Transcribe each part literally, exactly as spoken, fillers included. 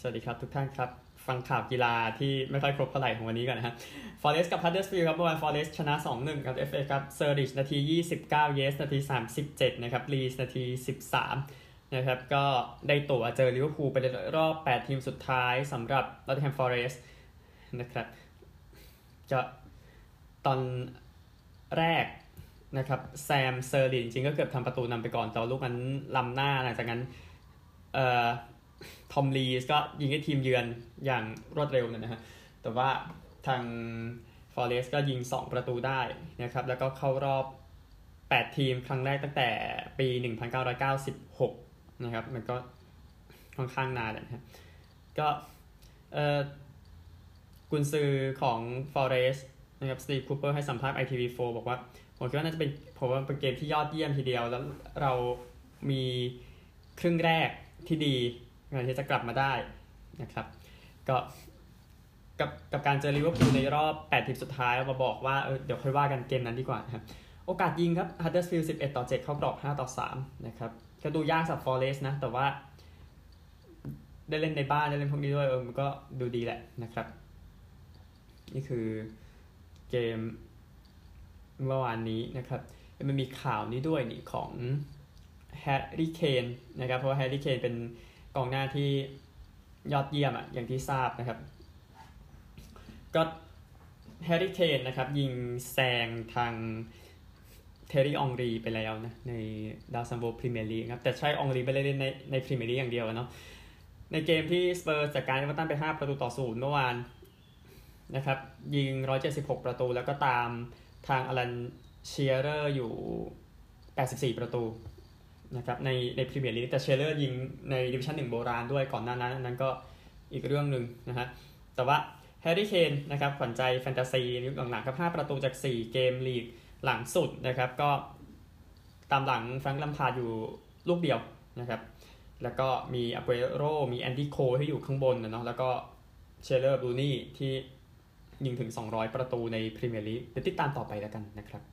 สวัสดีครับทุกท่านครับฟังข่าวกีฬาที่ไม่ค่อยครบเท่าไหร่ของวันนี้ก่อนนะฮะ Forest กับ Huddersfield ครับเมื่อวาน Forest ชนะ สองหนึ่ง ครับ เอฟ เอ ครับเซอร์ริชนาทียี่สิบเก้า Yates นาทีสามสิบเจ็ดนะครับลีสนาทีสิบสามนะครับก็ได้ตั๋วเจอลิเวอร์พูลไปในรอบแปดทีมสุดท้ายสำหรับ Nottingham Forest นะครับจะตอนแรกนะครับแซมเซอร์ริชจริงๆก็เกือบทำประตูนำไปก่อนแต่ลูกนั้นล้ำหน้าหลังจากนั้นเอ่อทอมลีสก็ยิงให้ทีมเยือนอย่างรวดเร็วนะฮะแต่ว่าทาง Forest ก็ยิงสองประตูได้นะครับแล้วก็เข้ารอบแปดทีมครั้งแรกตั้งแต่ปีหนึ่งพันเก้าร้อยเก้าสิบหกนะครับมันก็ค่อนข้างนานนะฮะก็เอ่อกุนซือของ Forest นะครับสตีฟคูเปอร์ให้สัมภาษณ์ ไอ ที วี โฟร์ บอกว่าผมคิดว่าน่าจะเป็นผมว่าเป็นเกมที่ยอดเยี่ยมทีเดียวแล้วเรามีครึ่งแรกที่ดีก่อนที่จะกลับมาได้นะครับก็กับกับการเจอลิเวอร์พูลในรอบแปดทีมสุดท้ายมาบอกว่าเออเดี๋ยวค่อยว่ากันเกมนั้นดีกว่านะครับโอกาสยิงครับ Huddersfield สิบเอ็ดต่อเจ็ดเข้ากรอบห้าต่อสามนะครับก็ดูยากสำหรับ Forest นะแต่ว่าได้เล่นในบ้านได้เล่นพวกนี้ด้วยเออมันก็ดูดีแหละนะครับนี่คือเกมเมื่อวานนี้นะครับมันมีข่าวนี้ด้วยนี่ของแฮร์รี่เคนนะครับเพราะว่าแฮร์รี่เคนเป็นกองหน้าที่ยอดเยี่ยมอ่ะอย่างที่ทราบนะครับก็แฮร์รี่เคนนะครับยิงแซงทางเทอร์รี่อองรีไปแล้วนะในดาวซันโวพรีเมียร์ลีกครับแต่ใช่อองรีไม่ได้เล่นในในพรีเมียร์ลีกอย่างเดียวเนาะในเกมที่สเปอร์จัดการเอเวอร์ตันไปห้าประตูต่อศูนย์เมื่อวานนะครับยิงหนึ่งร้อยเจ็ดสิบหกประตูแล้วก็ตามทางอลันเชียร์เรอร์อยู่แปดสิบสี่ประตูนะครับในในพรีเมียร์ลีกแต่เชียร์เรอร์ยิงในดิวิชั่นหนึ่งโบราณด้วยก่อนหน้านั้นนั้นก็อีกเรื่องนึงนะฮะแต่ว่าแฮร์รี่เคนนะครับขวัญใจแฟนตาซียุคหลังๆครับห้าประตูจากสี่เกมลีกหลังสุดนะครับก็ตามหลังแฟรงค์ลัมพาร์ดอยู่ลูกเดียวนะครับแล้วก็มีอาเกโรมีแอนดี้โคที่อยู่ข้างบนนะเนาะแล้วก็เชลเลอร์บรูนี่ที่ยิงถึงสองร้อยประตูในพรีเมียร์ลีกเดี๋ยวติดตามต่อไปแล้วกันนะครับ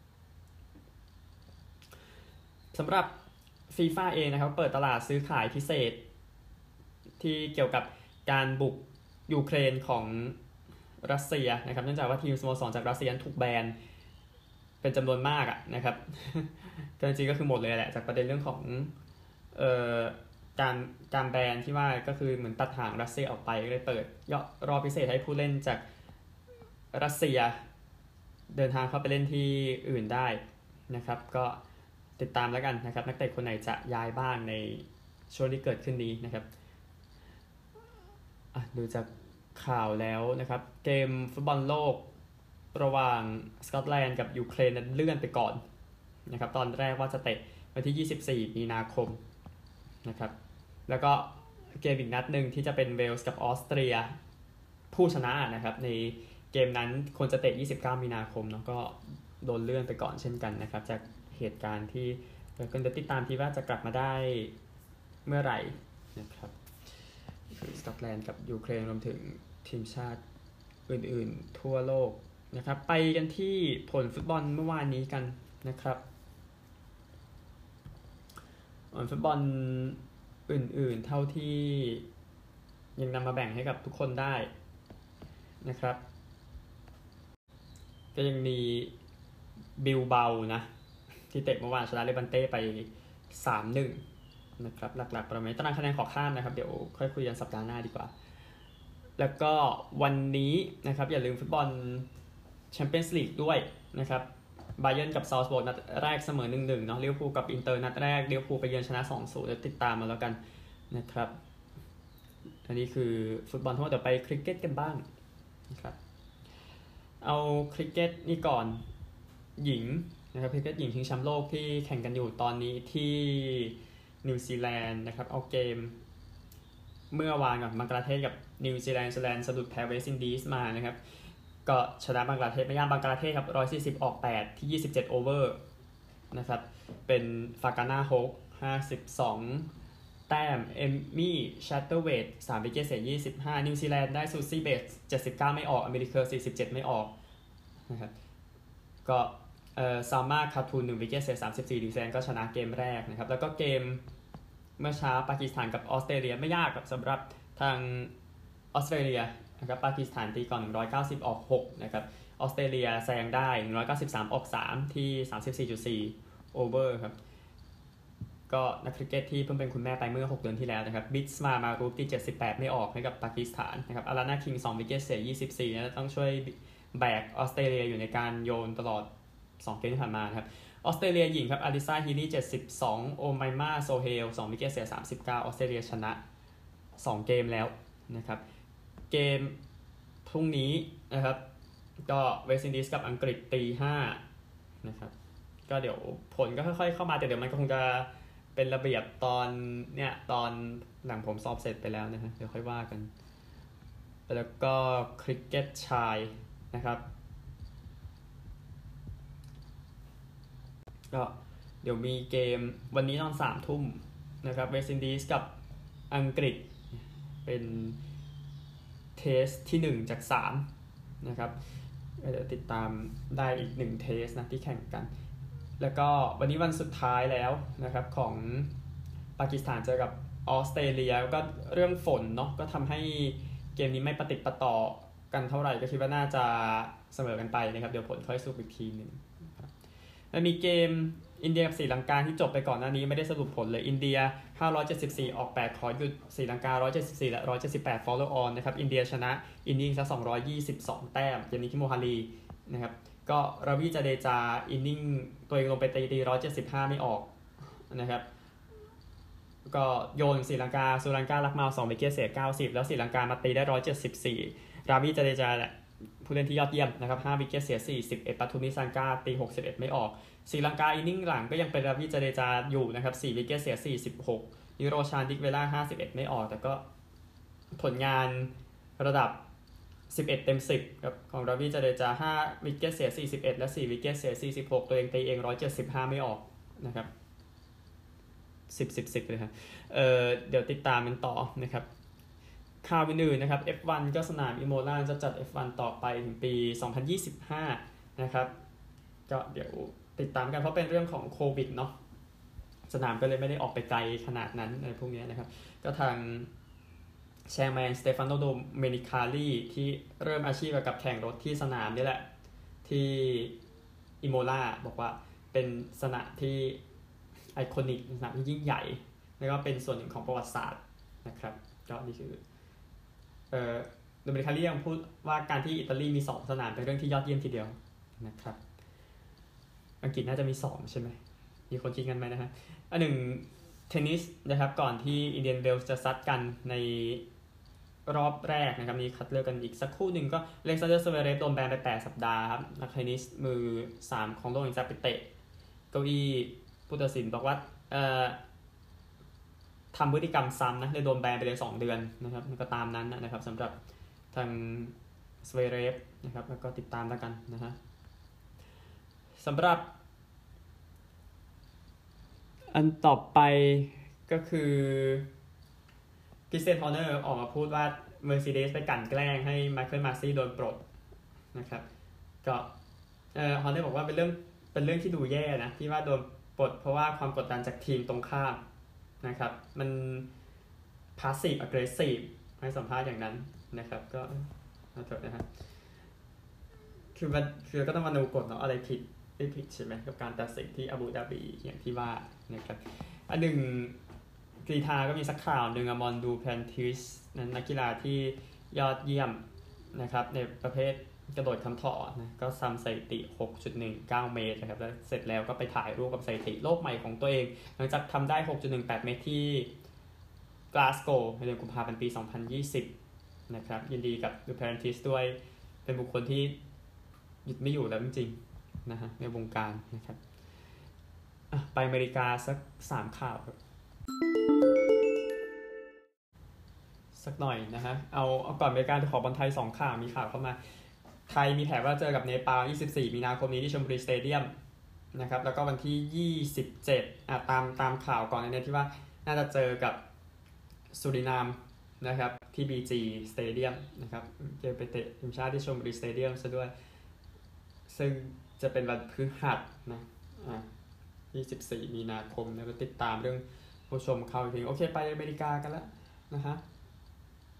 สำหรับฟีฟ่าเองนะครับเปิดตลาดซื้อขายพิเศษที่เกี่ยวกับการบุกยูเครนของรัสเซียนะครับเนื่องจากว่าทีมสโมสรจากรัสเซียถูกแบนเป็นจำนวนมากอะนะครับก็จริงๆก็คือหมดเลยแหละจากประเด็นเรื่องของเอ่อการการแบนที่ว่าก็คือเหมือนตัดห่างรัสเซียออกไปก็เลยเปิดรอบพิเศษให้ผู้เล่นจากรัสเซียเดินทางเข้าไปเล่นที่อื่นได้นะครับก็ติดตามแล้วกันนะครับนักเตะคนไหนจะย้ายบ้างในช่วงที่เกิดขึ้นนี้นะครับดูจากข่าวแล้วนะครับเกมฟุตบอลโลกระหว่างสกอตแลนด์กับยูเครนนั้นเลื่อนไปก่อนนะครับตอนแรกว่าจะเตะวันที่ยี่สิบสี่มีนาคมนะครับแล้วก็เกมอีกนัดหนึ่งที่จะเป็นเวลส์กับออสเตรียผู้ชนะนะครับในเกมนั้นควรจะเตะยี่สิบเก้ามีนาคมเนาะก็โดนเลื่อนไปก่อนเช่นกันนะครับจากเหตุการณ์ที่ก็จะติดตามที่ว่าจะกลับมาได้เมื่อไหร่นะครับสกอตแลนด์กับยูเครนรวมถึงทีมชาติอื่นๆทั่วโลกนะครับไปกันที่ผลฟุตบอลเมื่อวานนี้กันนะครับผลฟุตบอลอื่นๆเท่าที่ยังนำมาแบ่งให้กับทุกคนได้นะครับก็ยังมีบิลเบานะที่เตะเมื่อวานชนะเลบันเต้ไป สามหนึ่ง นะครับหลักๆประมาณตารางคะแนนขอข้ามนะครับเดี๋ยวค่อยคุยกันสัปดาห์หน้าดีกว่าแล้วก็วันนี้นะครับอย่าลืมฟุตบอลแชมเปี้ยนส์ลีกด้วยนะครับบาเยิร์นกับซาวส์บอร์กนัดแรกเสมอ หนึ่งหนึ่ง เนาะลิเวอร์พูลกับอินเตอร์นัดแรกลิเวอร์พูลไปเยือนชนะ สองศูนย์ แล้วติดตามมาแล้วกันนะครับอันนี้คือฟุตบอลทั้งหมดเดี๋ยวไปคริกเก็ตกันบ้างนะครับเอาคริกเก็ตนี่ก่อนหญิงนะครับคริกเก็ตหญิงชิงแชมป์โลกที่แข่งกันอยู่ตอนนี้ที่นิวซีแลนด์นะครับเอาเกมเมื่อวานกับบังกลาเทศกับนิวซีแลนด์นิวซีแลนด์สะดุดแพ้เวสต์อินดีสมานะครับก็ชนะบังกลาเทศไม่ยากบังกลาเทศครับหนึ่งร้อยสี่สิบออกแปดที่ยี่สิบเจ็ดโอเวอร์นะครับเป็นฟากาน่าโฮกห้าสิบสองแต้มเอมมี่ชัตเตอร์เวทสามวิกเก็ตเสียยี่สิบห้านิวซีแลนด์ได้ซูซี่เบสเจ็ดสิบเก้าไม่ออกอเมริกาสี่สิบเจ็ดไม่ออกนะครับก็เอ่อซาม่าคาทูนหนึ่งวิกเก็ตเสียสามสิบสี่นิวซีแลนด์ก็ชนะเกมแรกนะครับแล้วก็เกมเมื่อเช้าปากีสถานกับออสเตรเลียไม่ยากสำหรับทางออสเตรเลียนะครับปากีสถานตีก่อนหนึ่งร้อยเก้าสิบออกหกนะครับออสเตรเลียแซงได้หนึ่งร้อยเก้าสิบสามออกสามที่ สามสิบสี่จุดสี่ โอเวอร์ครับก็นักคริกเก็ตที่เพิ่งเป็นคุณแม่ไปเมื่อหกเดือนที่แล้วนะครับบิสมามารูปที่เจ็ดสิบแปดไม่ออกให้กับปากีสถานนะครับอารานาคิงสองวิกเก็ตเสียยี่สิบสี่นะต้องช่วยแบกออสเตรเลียอยู่ในการโยนตลอดสองเกมที่ผ่านมาครับออสเตรเลียหญิงครับอาริซาฮีลี่เจ็ดสิบสองโอไมมาโซเฮลสองวิกเก็ตเสียสามสิบเก้าออสเตรเลียชนะสองเกมแล้วนะครับเกมพรุ่งนี้นะครับก็เวสต์อินดีสกับอังกฤษตีห้านะครับก็เดี๋ยวผลก็ค่อยๆเข้ามาแต่เดี๋ยวมันก็คงจะเป็นระเบียบตอนเนี่ยตอนหลังผมสอบเสร็จไปแล้วนะฮะเดี๋ยวค่อยว่ากันแล้วก็คริกเก็ตชายนะครับก็เดี๋ยวมีเกมวันนี้ตอนสามทุ่มนะครับเวสต์อินดีสกับอังกฤษเป็นเทสที่หนึ่งจากสามนะครับเดี๋ยวติดตามได้อีกหนึ่งเทสนะที่แข่งกันแล้วก็วันนี้วันสุดท้ายแล้วนะครับของปากีสถานเจอกับออสเตรเลียก็เรื่องฝนเนาะก็ทำให้เกมนี้ไม่ประติดประต่อกันเท่าไหร่ก็คิดว่าน่าจะเสมอกันไปนะครับเดี๋ยวผลค่อยสรุปอีกทีหนึ่งแล้วมีเกมอินเดียกับศรีลังกาที่จบไปก่อนหน้านี้ไม่ได้สรุปผลเลยอินเดียห้าร้อยเจ็ดสิบสี่ออกแปดขอหยุดศรีลังกาหนึ่งร้อยเจ็ดสิบสี่และหนึ่งร้อยเจ็ดสิบแปด follow on นะครับอินเดียชนะอินนิ่งซะสองร้อยยี่สิบสองแต้มเกมนี้ที่โมฮาลีนะครับก็ราวีจาเดจาอินนิ่งตัวเองลงไปตีตีหนึ่งร้อยเจ็ดสิบห้าไม่ออกนะครับก็โยนศรีลังกาสุรังกาลักมาสองวิกเก็ตเสียเก้าสิบแล้วศรีลังกามาตีได้หนึ่งร้อยเจ็ดสิบสี่ราวีจาเดจาแหละผู้เล่นที่ยอดเยี่ยมนะครับห้าวิกเก็ตเสียสี่สิบเอ็ดปัทุมิซังกาตีหกสิบเอ็ดไม่ออกศรีลังกาอินนิ่งหลังก็ยังเป็นราวีจาเดจาอยู่นะครับสี่วิกเก็ตเสียสี่สิบหกนิโรชานดิกเวล่าห้าสิบเอ็ดไม่ออกแต่ก็ผลงานระดับสิบเอ็ดเต็มสิบครับของราวีจาเดจาห้าวิกเก็ตเสียสี่สิบเอ็ดและสี่วิกเก็ตเสียสี่สิบหกตัวเองตีเองหนึ่งร้อยเจ็ดสิบห้าไม่ออกนะครับสิบ สิบ สิบเลยครับเอ่อเดี๋ยวติดตามกันต่อนะครับข่าวอื่นๆนะครับ เอฟ วัน ก็สนามอิโมลาจะจัด เอฟ วัน ต่อไปถึงปีสองพันยี่สิบห้านะครับก็เดี๋ยวติดตามกันเพราะเป็นเรื่องของโควิดเนาะสนามก็เลยไม่ได้ออกไปไกลขนาดนั้นอะไรพวกนี้นะครับก็ทางแชร์แมนสเตฟานโนโดเมนิคาลีที่เริ่มอาชีพกับแข่งรถที่สนามนี่แหละที่อิโมลาบอกว่าเป็นสนามที่ไอคอนิกสนามที่ยิ่งใหญ่แล้วก็เป็นส่วนหนึ่งของประวัติศาสตร์นะครับก็นี่คือเอ่อโดเมนิคาลียังพูดว่าการที่อิตาลีมีสองสนามเป็นเรื่องที่ยอดเยี่ยมทีเดียวนะครับอังกฤษน่าจะมีสองใช่ไหมมีคนคิดกันไหมนะฮะอันหนึ่งเทนนิสนะครับก่อนที่อินเดียนเวลส์จะซัดกันในรอบแรกนะครับมีคัดเลือกกันอีกสักคู่หนึ่งก็เล็กซานเดอร์ ซเวเรฟโดนแบนไปแปดสัปดาห์ครับนักเทนนิสมือสามของโลกอย่างจะไปเตะเก้าอี้ผู้ตัดสินบอกว่าเอ่อทำพฤติกรรมซ้ำนะเลยโดนแบนไปเลยสองเดือนนะครับมันก็ตามนั้นนะครับสำหรับทางสเวเรฟนะครับแล้วก็ติดตามแล้วกันนะฮะสำหรับอันต่อไปก็คือคริสเตียน ฮอร์เนอร์ออกมาพูดว่า Mercedes ไปกลั่นแกล้งให้ Michael Masi โดนปลดนะครับก็เอ่อ ฮอร์เนอร์บอกว่าเป็นเรื่องเป็นเรื่องที่ดูแย่นะที่ว่าโดนปลดเพราะว่าความกดดันจากทีมตรงข้ามนะครับมัน passive aggressive ให้สัมภาษณ์อย่างนั้นนะครับก็ขอโทษนะครับคือมันคือก็ต้องมาดูกฎเนาะอะไรผิดไม่ผิดใช่ไหมกับการตัดสินที่อาบูดาบีอย่างที่ว่านะครับอันหนึ่งกรีฑาก็มีสักข่าวหนึ่งอมอนดูแพนทิสนั้นนักกีฬาที่ยอดเยี่ยมนะครับในประเภทกระโดดคำถอนะก็ทำสถิติ หกจุดหนึ่งเก้า เมตรนะครับแล้วเสร็จแล้วก็ไปถ่ายรูปกับสถิติโลกใหม่ของตัวเองหลังจากทำได้ หกจุดหนึ่งแปด เมตรที่กลาสโกว์ในเดือนกุมภาพันธ์ปีสองพันยี่สิบนะครับยินดีกับดูแพนทิสด้วยเป็นบุคคลที่หยุดไม่อยู่แล้วจริงๆนะฮะในวงการนะครับไปอเมริกาสักสามข่าวครับสักหน่อยนะฮะเอาเอาก่อนอเมริกาจะขอบอลไทยสองข่าวมีข่าวเข้ามาไทยมีแผนว่าเจอกับเนปาลยี่สิบสี่มีนาคมนี้ที่ชลบุรีสเตเดียมนะครับแล้วก็วันที่ยี่สิบเจ็ดอ่ะตามตามข่าวก่อนในนี้ที่ว่าน่าจะเจอกับสุรินามนะครับที่ บี จี Stadium นะครับเกมไปเตะทีมชาติที่ชลบุรีสเตเดียมซะด้วยซึ่งจะเป็นวันพฤหัสนะอ่ะยี่สิบสี่มีนาคมแล้วก็ติดตามเรื่องผู้ชมเข้าอีกทีโอเคไปอเมริกากันแล้วนะฮะ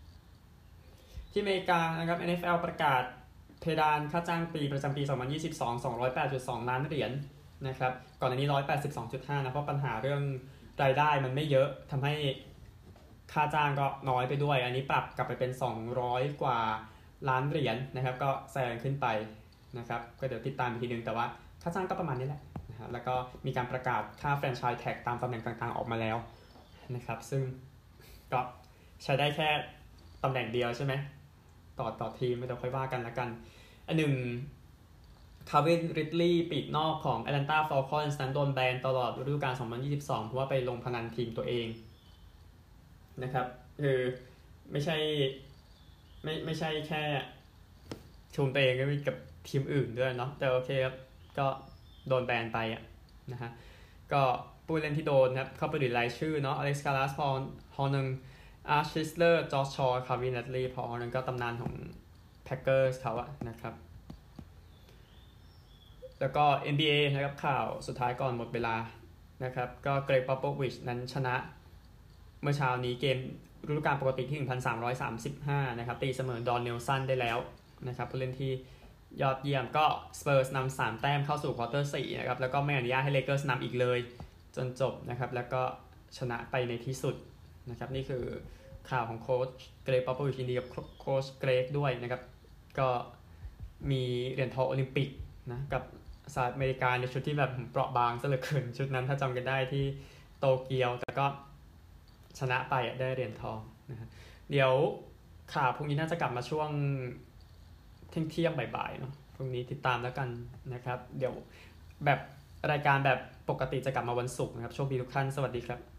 ที่อเมริกานะครับ เอ็น เอฟ แอล ประกาศเพดานค่าจ้างปีประจำปีสองพันยี่สิบสอง สองร้อยแปดจุดสอง ล้านเหรียญนะครับก่อนหน้านี้ หนึ่งร้อยแปดสิบสองจุดห้า นะเพราะปัญหาเรื่องรายได้มันไม่เยอะทำให้ค่าจ้างก็น้อยไปด้วยอันนี้ปรับกลับไปเป็นสองร้อยกว่าล้านเหรียญนะครับก็แซงขึ้นไปนะครับก็เดี๋ยวติดตามอีกทีนึงแต่ว่าค่าจ้างก็ประมาณนี้แหละนะฮะแล้วก็มีการประกาศค่าแฟรนไชส์แท็กตามตำแหน่งต่างๆออกมาแล้วนะครับซึ่งก็ใช้ได้แค่ตำแหน่งเดียวใช่ไหมต่อต่อทีมไม่ต้องค่อยว่ากันละกันอันหนึ่งคาร์วิน ริดลีย์ปีกนอกของ Atlanta Falcons นั้นโดนแบนตลอดฤดูกาลสองพันยี่สิบสองเพราะว่าไปลงพนันทีมตัวเองนะครับคือไม่ใช่ไม่ไม่ใช่แค่ทีมตัวเองก็มีกับทีมอื่นด้วยเนาะแต่โอเคครับก็โดนแบนไปอ่ะนะฮะก็ผู้เล่นที่โดนครับเข้าไปดูรายชื่อเนาะอเล็กซ์ คาราสพอลฮอนึงอาร์ชิสเลอร์จอร์จชอร์คาร์วิน ริดลีย์พอนั้นก็ตำนานของแพ็คเกอร์สเขาอะนะครับแล้วก็ เอ็น บี เอ นะครับข่าวสุดท้ายก่อนหมดเวลานะครับก็เกรก ปอปโปวิชนั้นชนะเมื่อเช้านี้เกมฤดูกาลปกติที่ หนึ่งพันสามร้อยสามสิบห้า นะครับตีเสมอดอนเนลสันได้แล้วนะครับผู้เล่นที่ยอดเยี่ยมก็สเปอร์สนำสามแต้มเข้าสู่ควอเตอร์สี่นะครับแล้วก็ไม่อนุญาตให้เลเกอร์สนำอีกเลยจนจบนะครับแล้วก็ชนะไปในที่สุดนะครับนี่คือข่าวของโค้ชเกรก ปอปโปวิชยินดีกับโค้ชเกรกด้วยนะครับก็มีเหรียญทองโอลิมปิกนะกับสหรัฐอเมริกาในชุดที่แบบเปราะบางซะเหลือเกินชุดนั้นถ้าจำกันได้ที่โตเกียวแต่ก็ชนะไปได้เหรียญทองนะฮะเดี๋ยวข่าวพรุ่งนี้น่าจะกลับมาช่วงเที่ยงเที่ยงบ่ายๆเนาะพรุ่งนี้ติดตามแล้วกันนะครับเดี๋ยวแบบรายการแบบปกติจะกลับมาวันศุกร์นะครับโชคดีทุกท่านสวัสดีครับ